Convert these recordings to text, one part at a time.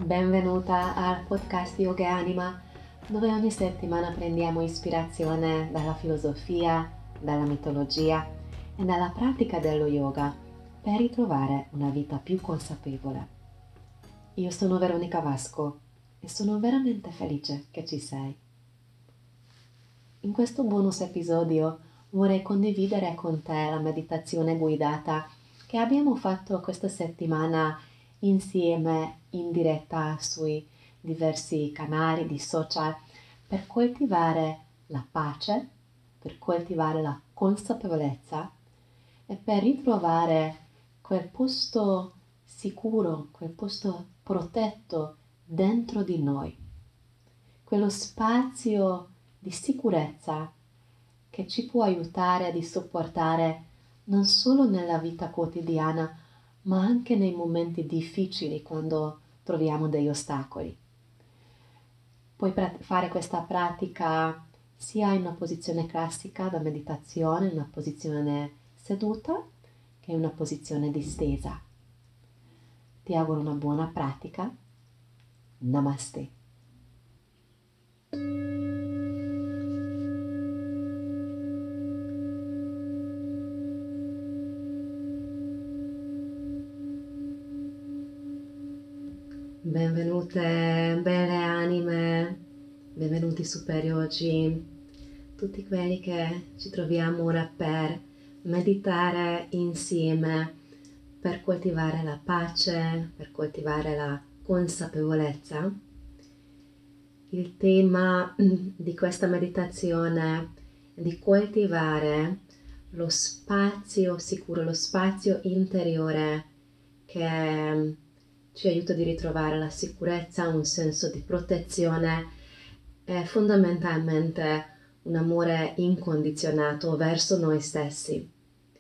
Benvenuta al podcast Yoga e Anima, dove ogni settimana prendiamo ispirazione dalla filosofia, dalla mitologia e dalla pratica dello yoga per ritrovare una vita più consapevole. Io sono Veronica Vasco e sono veramente felice che ci sei. In questo bonus episodio vorrei condividere con te la meditazione guidata che abbiamo fatto questa settimana insieme in diretta sui diversi canali di social per coltivare la pace, per coltivare la consapevolezza e per ritrovare quel posto sicuro, quel posto protetto dentro di noi, quello spazio di sicurezza che ci può aiutare a sopportare non solo nella vita quotidiana, ma anche nei momenti difficili quando troviamo degli ostacoli. Puoi fare questa pratica sia in una posizione classica da meditazione, in una posizione seduta, che in una posizione distesa. Ti auguro una buona pratica. Namaste. Benvenute belle anime, benvenuti superiori, tutti quelli che ci troviamo ora per meditare insieme, per coltivare la pace, per coltivare la consapevolezza. Il tema di questa meditazione è di coltivare lo spazio sicuro, lo spazio interiore che ci aiuta di ritrovare la sicurezza, un senso di protezione e fondamentalmente un amore incondizionato verso noi stessi.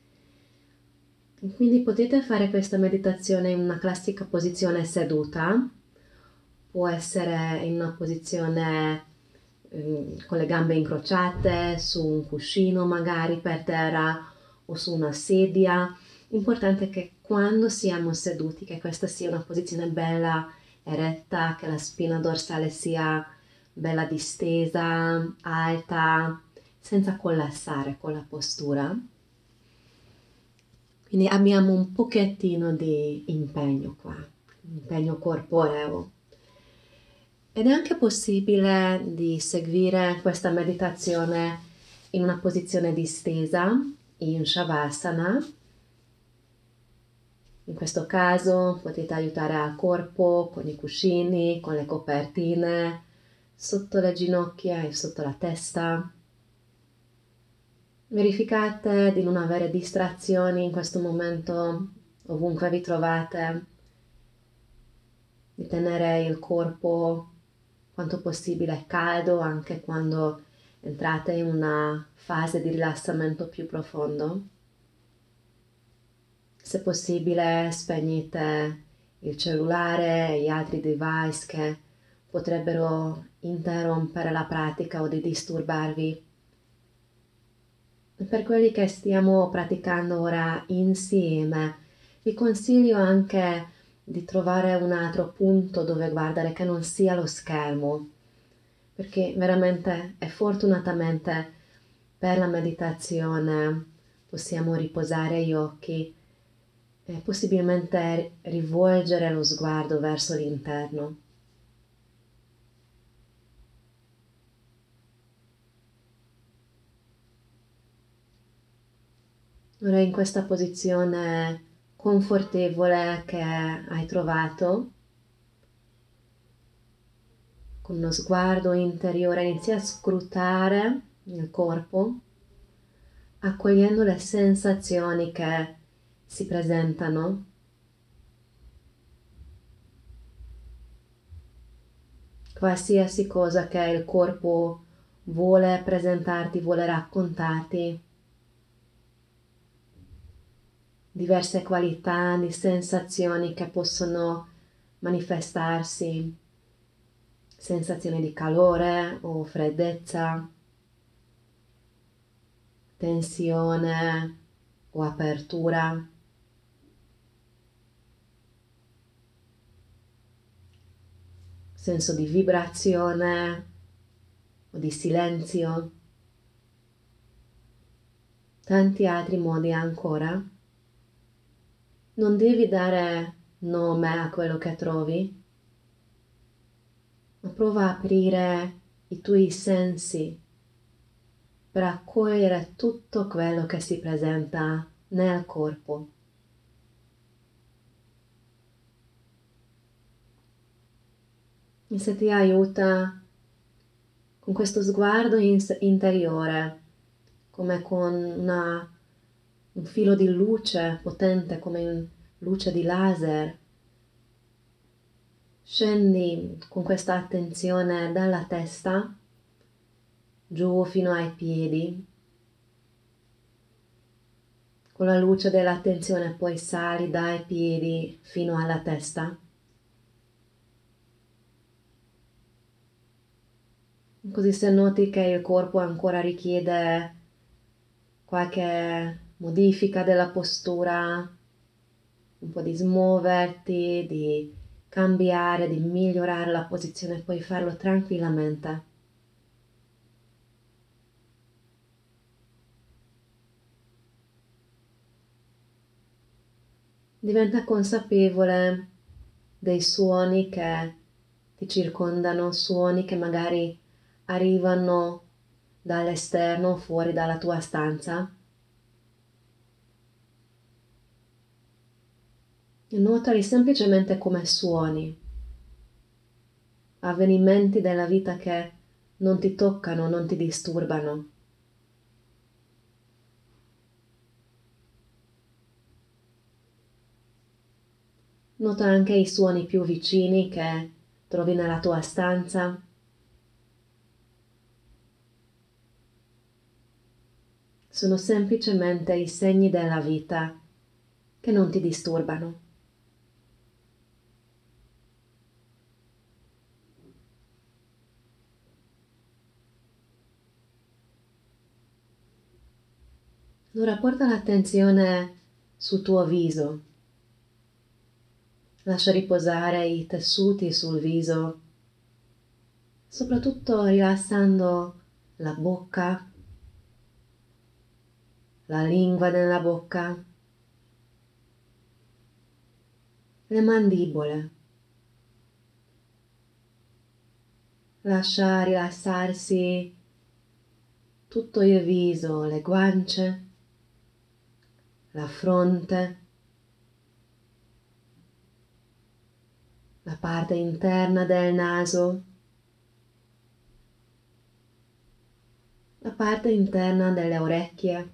Quindi potete fare questa meditazione in una classica posizione seduta, può essere in una posizione con le gambe incrociate, su un cuscino magari per terra o su una sedia. L'importante è che quando siamo seduti, che questa sia una posizione bella eretta, che la spina dorsale sia bella distesa, alta, senza collassare con la postura. Quindi abbiamo un pochettino di impegno qua, impegno corporeo. Ed è anche possibile di seguire questa meditazione in una posizione distesa, in Shavasana. In questo caso potete aiutare al corpo con i cuscini, con le copertine, sotto le ginocchia e sotto la testa. Verificate di non avere distrazioni in questo momento ovunque vi trovate, di tenere il corpo quanto possibile caldo anche quando entrate in una fase di rilassamento più profondo. Se possibile spegnete il cellulare e gli altri device che potrebbero interrompere la pratica o di disturbarvi. Per quelli che stiamo praticando ora insieme, vi consiglio anche di trovare un altro punto dove guardare che non sia lo schermo, perché veramente e fortunatamente per la meditazione possiamo riposare gli occhi e possibilmente rivolgere lo sguardo verso l'interno. Ora in questa posizione confortevole che hai trovato, con uno sguardo interiore inizia a scrutare il corpo, accogliendo le sensazioni che si presentano. Qualsiasi cosa che il corpo vuole presentarti, vuole raccontarti, diverse qualità di sensazioni che possono manifestarsi, sensazioni di calore o freddezza, tensione o apertura. senso di vibrazione o di silenzio, tanti altri modi ancora. Non devi dare nome a quello che trovi, ma prova a aprire i tuoi sensi per accogliere tutto quello che si presenta nel corpo. E se ti aiuta con questo sguardo interiore, come con un filo di luce potente, come una luce di laser, scendi con questa attenzione dalla testa giù fino ai piedi. Con la luce dell'attenzione poi sali dai piedi fino alla testa. Così se noti che il corpo ancora richiede qualche modifica della postura, un po' di smuoverti, di cambiare, di migliorare la posizione, puoi farlo tranquillamente. Diventa consapevole dei suoni che ti circondano, suoni che magari arrivano dall'esterno, fuori dalla tua stanza. E nuotali semplicemente come suoni, avvenimenti della vita che non ti toccano, non ti disturbano. Nota anche i suoni più vicini che trovi nella tua stanza. Sono semplicemente i segni della vita che non ti disturbano. Allora porta l'attenzione sul tuo viso. Lascia riposare i tessuti sul viso, soprattutto rilassando la bocca, la lingua nella bocca, le mandibole. Lascia rilassarsi tutto il viso, le guance, la fronte, la parte interna del naso, la parte interna delle orecchie.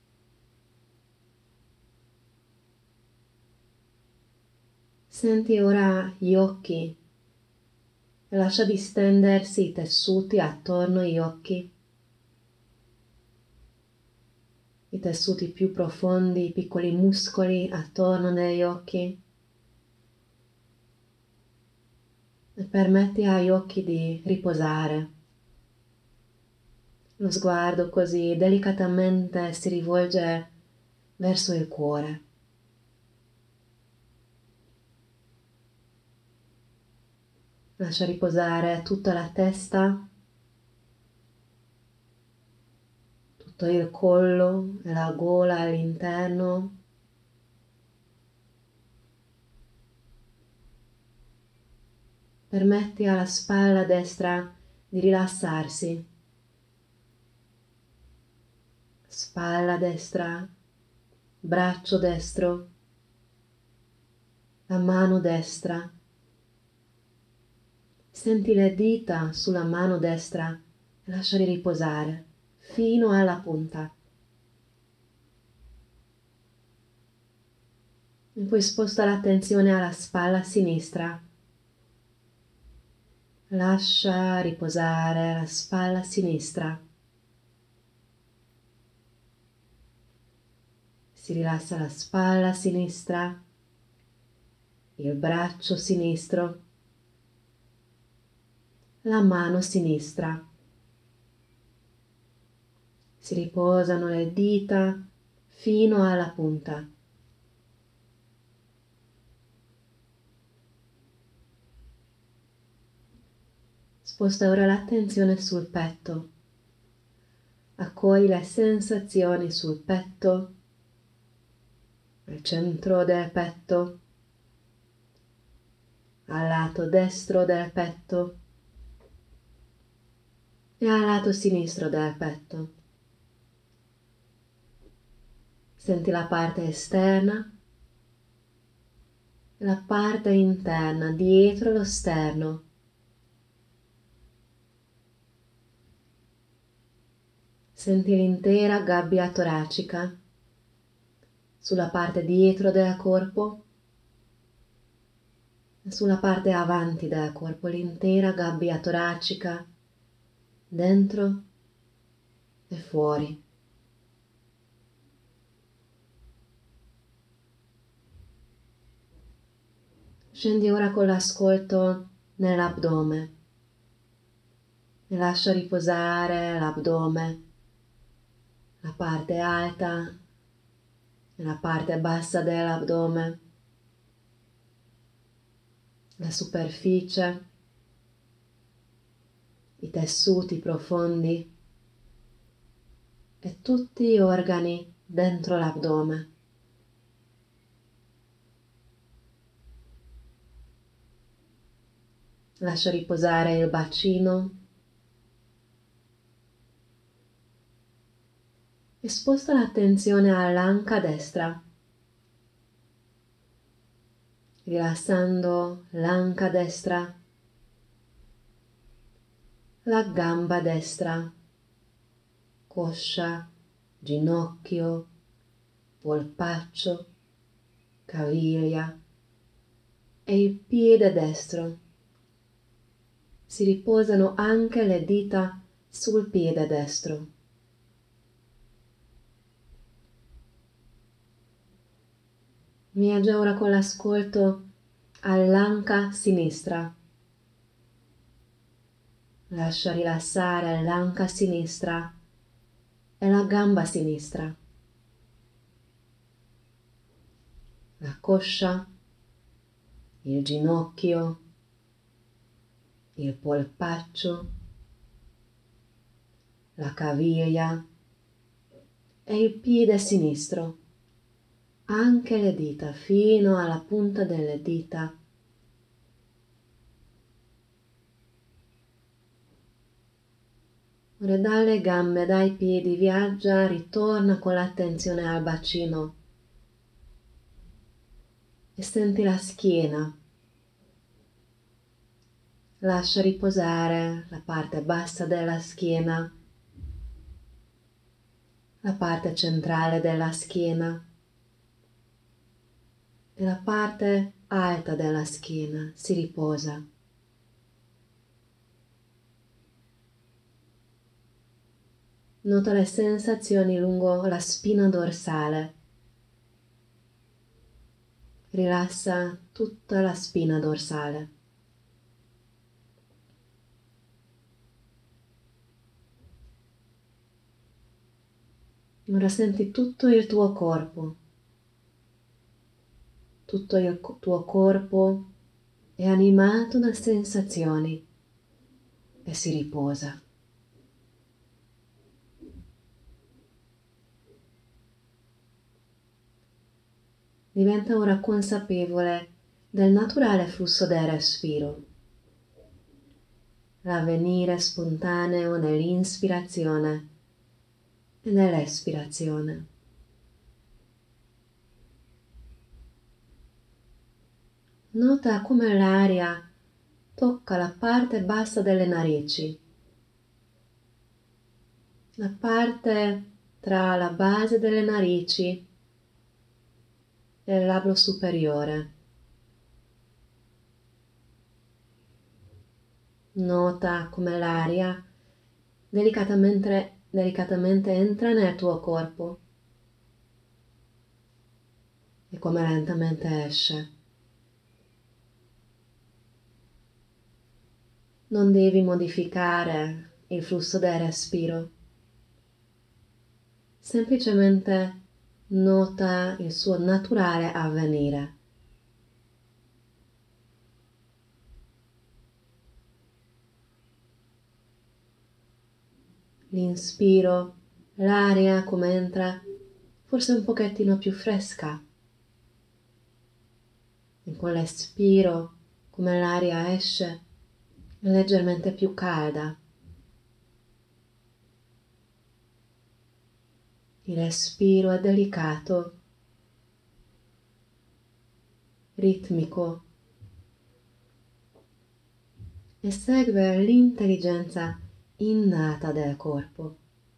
Senti ora gli occhi e lascia distendersi i tessuti attorno agli occhi, i tessuti più profondi, i piccoli muscoli attorno agli occhi. E permetti agli occhi di riposare. Lo sguardo così delicatamente si rivolge verso il cuore. Lascia riposare tutta la testa, tutto il collo e la gola all'interno. Permetti alla spalla destra di rilassarsi. Spalla destra, braccio destro, la mano destra. Senti le dita sulla mano destra e lasciali riposare fino alla punta. E poi sposta l'attenzione alla spalla sinistra. Lascia riposare la spalla sinistra. Si rilassa la spalla sinistra, il braccio sinistro, la mano sinistra. Si riposano le dita fino alla punta. Sposta ora l'attenzione sul petto. Accogli le sensazioni sul petto, al centro del petto, al lato destro del petto e al lato sinistro del petto. Senti la parte esterna e la parte interna dietro lo sterno. Senti l'intera gabbia toracica sulla parte dietro del corpo e sulla parte avanti del corpo, l'intera gabbia toracica dentro e fuori. Scendi ora con l'ascolto nell'addome e lascia riposare l'addome, la parte alta e la parte bassa dell'addome, la superficie, i tessuti profondi e tutti gli organi dentro l'addome. Lascia riposare il bacino e sposta l'attenzione all'anca destra, rilassando l'anca destra, la gamba destra, coscia, ginocchio, polpaccio, caviglia e il piede destro. Si riposano anche le dita sul piede destro. Viaggia ora con l'ascolto all'anca sinistra. Lascia rilassare l'anca sinistra e la gamba sinistra, la coscia, il ginocchio, il polpaccio, la caviglia e il piede sinistro, anche le dita fino alla punta delle dita. Ora dalle gambe, dai piedi, viaggia, ritorna con l'attenzione al bacino e senti la schiena. Lascia riposare la parte bassa della schiena, la parte centrale della schiena e la parte alta della schiena si riposa. Nota le sensazioni lungo la spina dorsale. Rilassa tutta la spina dorsale. Ora senti tutto il tuo corpo. Tutto il tuo corpo è animato da sensazioni e si riposa. Diventa ora consapevole del naturale flusso del respiro, l'avvenire spontaneo nell'inspirazione e nell'espirazione. Nota come l'aria tocca la parte bassa delle narici, la parte tra la base delle narici e il labbro superiore. Nota come l'aria delicatamente entra nel tuo corpo e come lentamente esce. Non devi modificare il flusso del respiro, semplicemente nota il suo naturale avvenire. l'inspiro, l'aria come entra, forse un pochettino più fresca. E con l'espiro, come l'aria esce, è leggermente più calda. Il respiro è delicato, ritmico e segue l'intelligenza innata del corpo.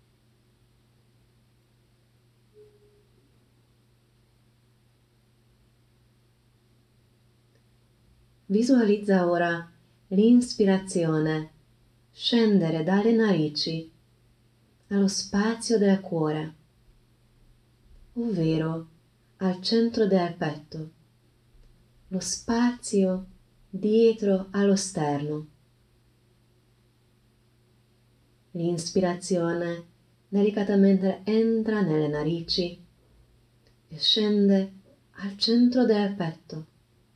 Visualizza ora l'inspirazione scendere dalle narici allo spazio del cuore, ovvero al centro del petto, lo spazio dietro allo sterno. L'inspirazione delicatamente entra nelle narici e scende al centro del petto.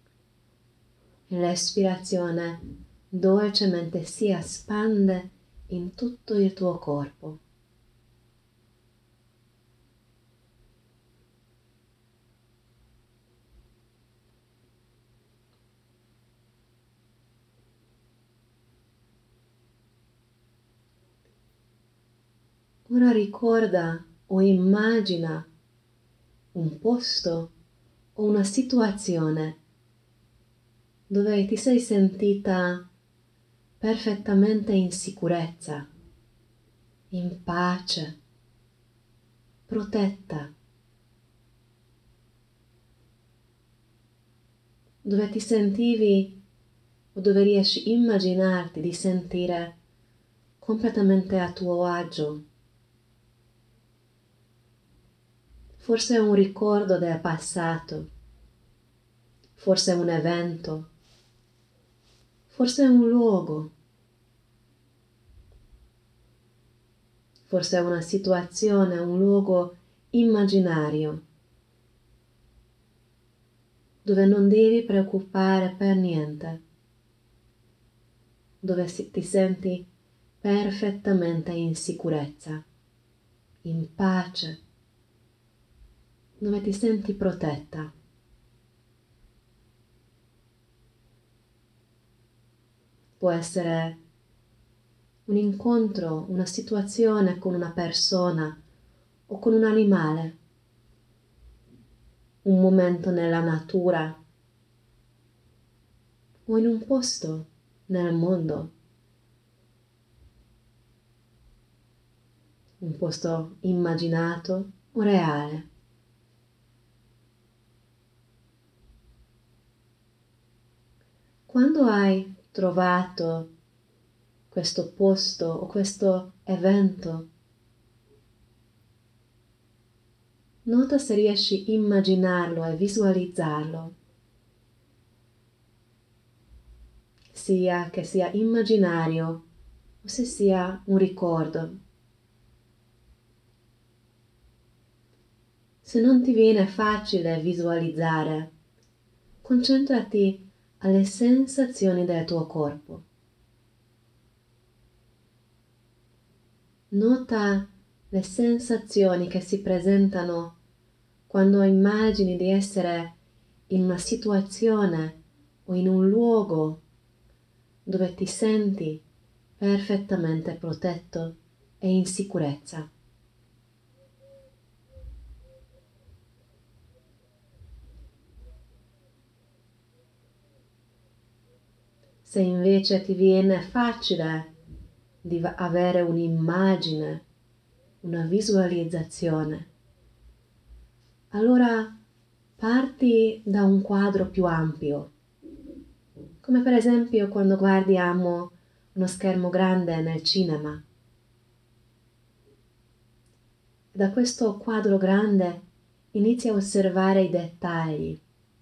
E l'espirazione dolcemente si espande in tutto il tuo corpo. Ora ricorda o immagina un posto o una situazione dove ti sei sentita perfettamente in sicurezza, in pace, protetta, dove ti sentivi o dove riesci a immaginarti di sentire completamente a tuo agio. Forse è un ricordo del passato, forse è un evento, forse è un luogo, forse è una situazione, un luogo immaginario, dove non devi preoccupare per niente, dove ti senti perfettamente in sicurezza, in pace, dove ti senti protetta. Può essere un incontro, una situazione con una persona o con un animale, un momento nella natura o in un posto nel mondo, un posto immaginato o reale. Quando hai trovato questo posto o questo evento, nota se riesci a immaginarlo e visualizzarlo, sia che sia immaginario o se sia un ricordo. Se non ti viene facile visualizzare, concentrati alle sensazioni del tuo corpo. Nota le sensazioni che si presentano quando immagini di essere in una situazione o in un luogo dove ti senti perfettamente protetto e in sicurezza. Se invece ti viene facile di avere un'immagine, una visualizzazione, allora parti da un quadro più ampio, come per esempio quando guardiamo uno schermo grande nel cinema. Da questo quadro grande inizi a osservare i dettagli.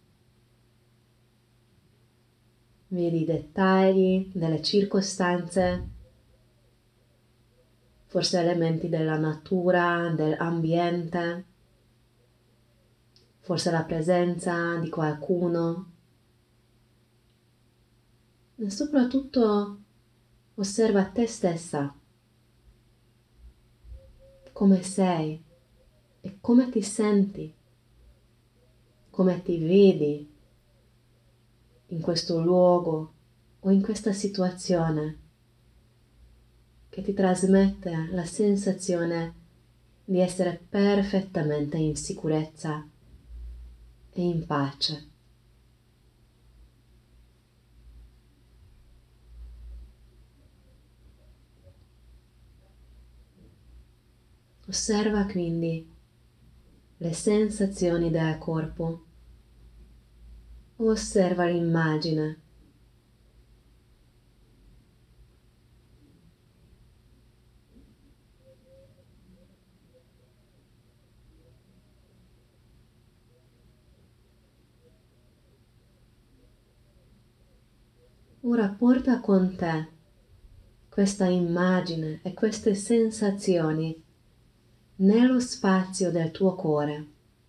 Vedi i dettagli delle circostanze, forse elementi della natura, dell'ambiente, forse la presenza di qualcuno. E soprattutto osserva te stessa. come sei e come ti senti, come ti vedi in questo luogo o in questa situazione che ti trasmette la sensazione di essere perfettamente in sicurezza e in pace. Osserva quindi le sensazioni del corpo, osserva l'immagine. Ora porta con te questa immagine e queste sensazioni nello spazio del tuo cuore.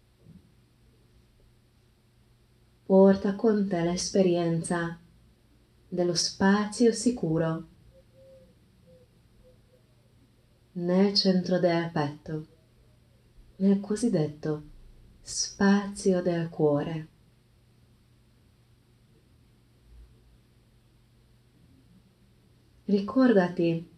Porta con te l'esperienza dello spazio sicuro nel centro del petto, nel cosiddetto spazio del cuore. Ricordati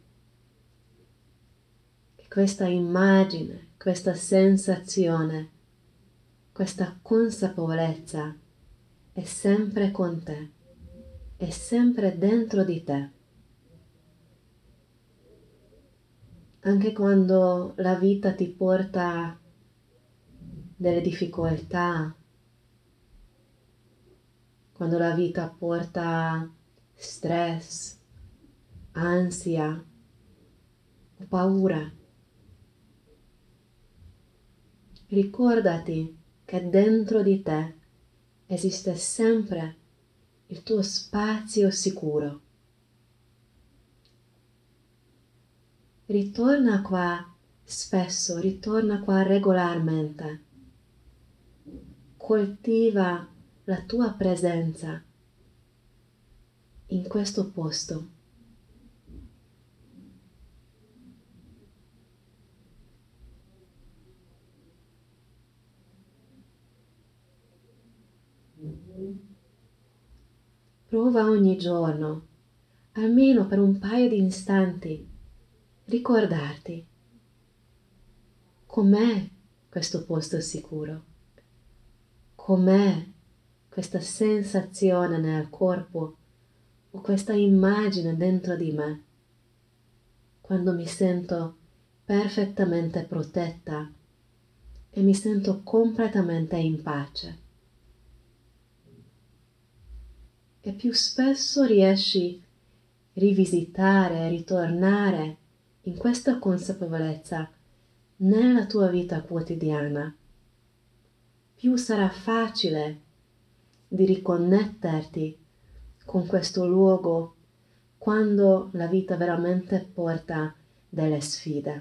che questa immagine, questa sensazione, questa consapevolezza è sempre con te, è sempre dentro di te. Anche quando la vita ti porta delle difficoltà, quando la vita porta stress, ansia o paura, ricordati che dentro di te esiste sempre il tuo spazio sicuro. Ritorna qua spesso, ritorna qua regolarmente. Coltiva la tua presenza in questo posto. Prova ogni giorno, almeno per un paio di istanti, ricordarti com'è questo posto sicuro, com'è questa sensazione nel corpo o questa immagine dentro di me, quando mi sento perfettamente protetta e mi sento completamente in pace. E più spesso riesci a rivisitare, ritornare in questa consapevolezza nella tua vita quotidiana, più sarà facile di riconnetterti con questo luogo quando la vita veramente porta delle sfide.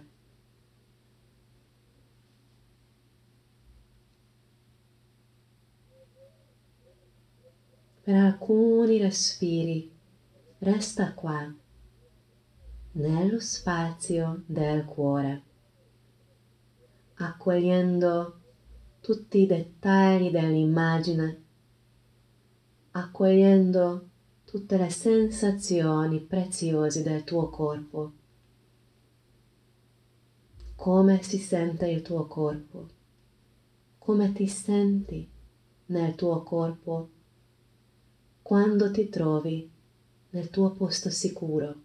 Per alcuni respiri resta qua, nello spazio del cuore, accogliendo tutti i dettagli dell'immagine, accogliendo tutte le sensazioni preziose del tuo corpo. Come si sente il tuo corpo? Come ti senti nel tuo corpo quando ti trovi nel tuo posto sicuro?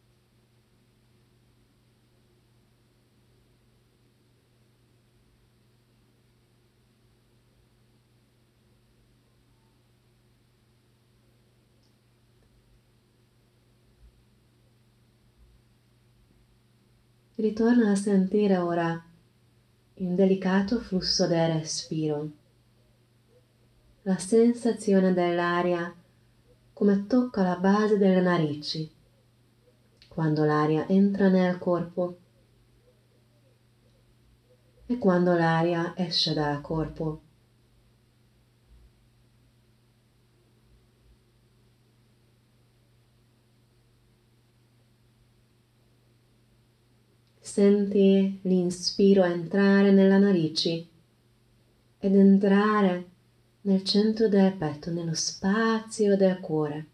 Ritorna a sentire ora il delicato flusso del respiro, la sensazione dell'aria come tocca la base delle narici quando l'aria entra nel corpo e quando l'aria esce dal corpo. senti l'inspiro entrare nella narice ed entrare nel centro del petto, nello spazio del cuore.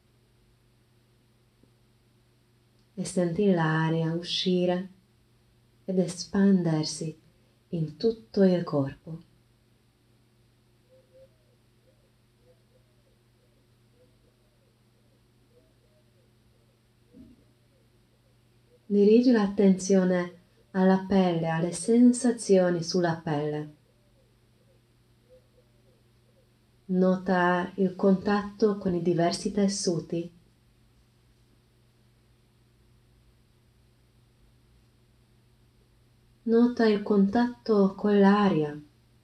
E senti l'aria uscire ed espandersi in tutto il corpo. Dirigi l'attenzione alla pelle, alle sensazioni sulla pelle. Nota il contatto con i diversi tessuti. Nota il contatto con l'aria.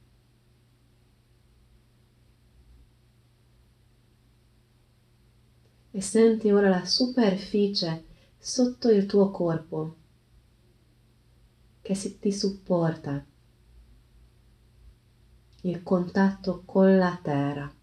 E senti ora la superficie sotto il tuo corpo che ti supporta, il contatto con la terra.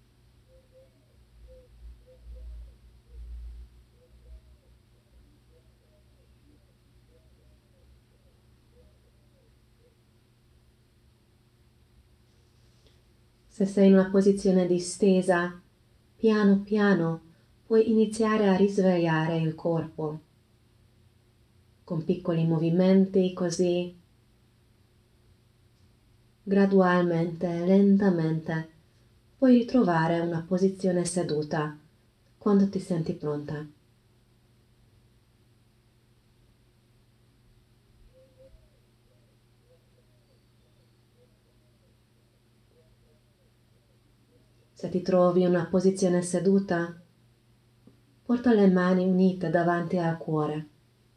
Se sei in una posizione distesa, piano piano puoi iniziare a risvegliare il corpo con piccoli movimenti, così gradualmente, lentamente puoi ritrovare una posizione seduta quando ti senti pronta. Se ti trovi in una posizione seduta, porta le mani unite davanti al cuore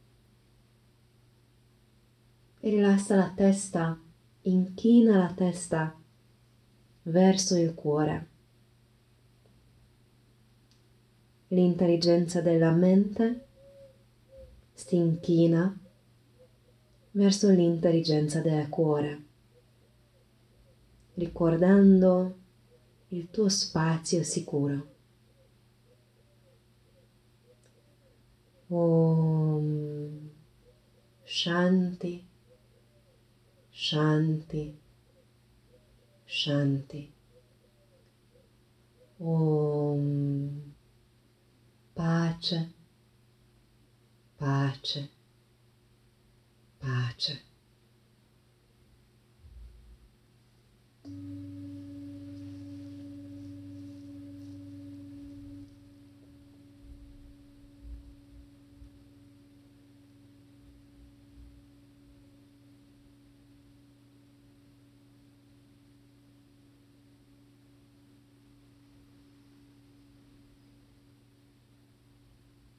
e rilassa la testa, inchina la testa verso il cuore. L'intelligenza della mente si inchina verso l'intelligenza del cuore, ricordando il tuo spazio sicuro. Om Shanti, Shanti, Shanti. Om pace, pace, pace.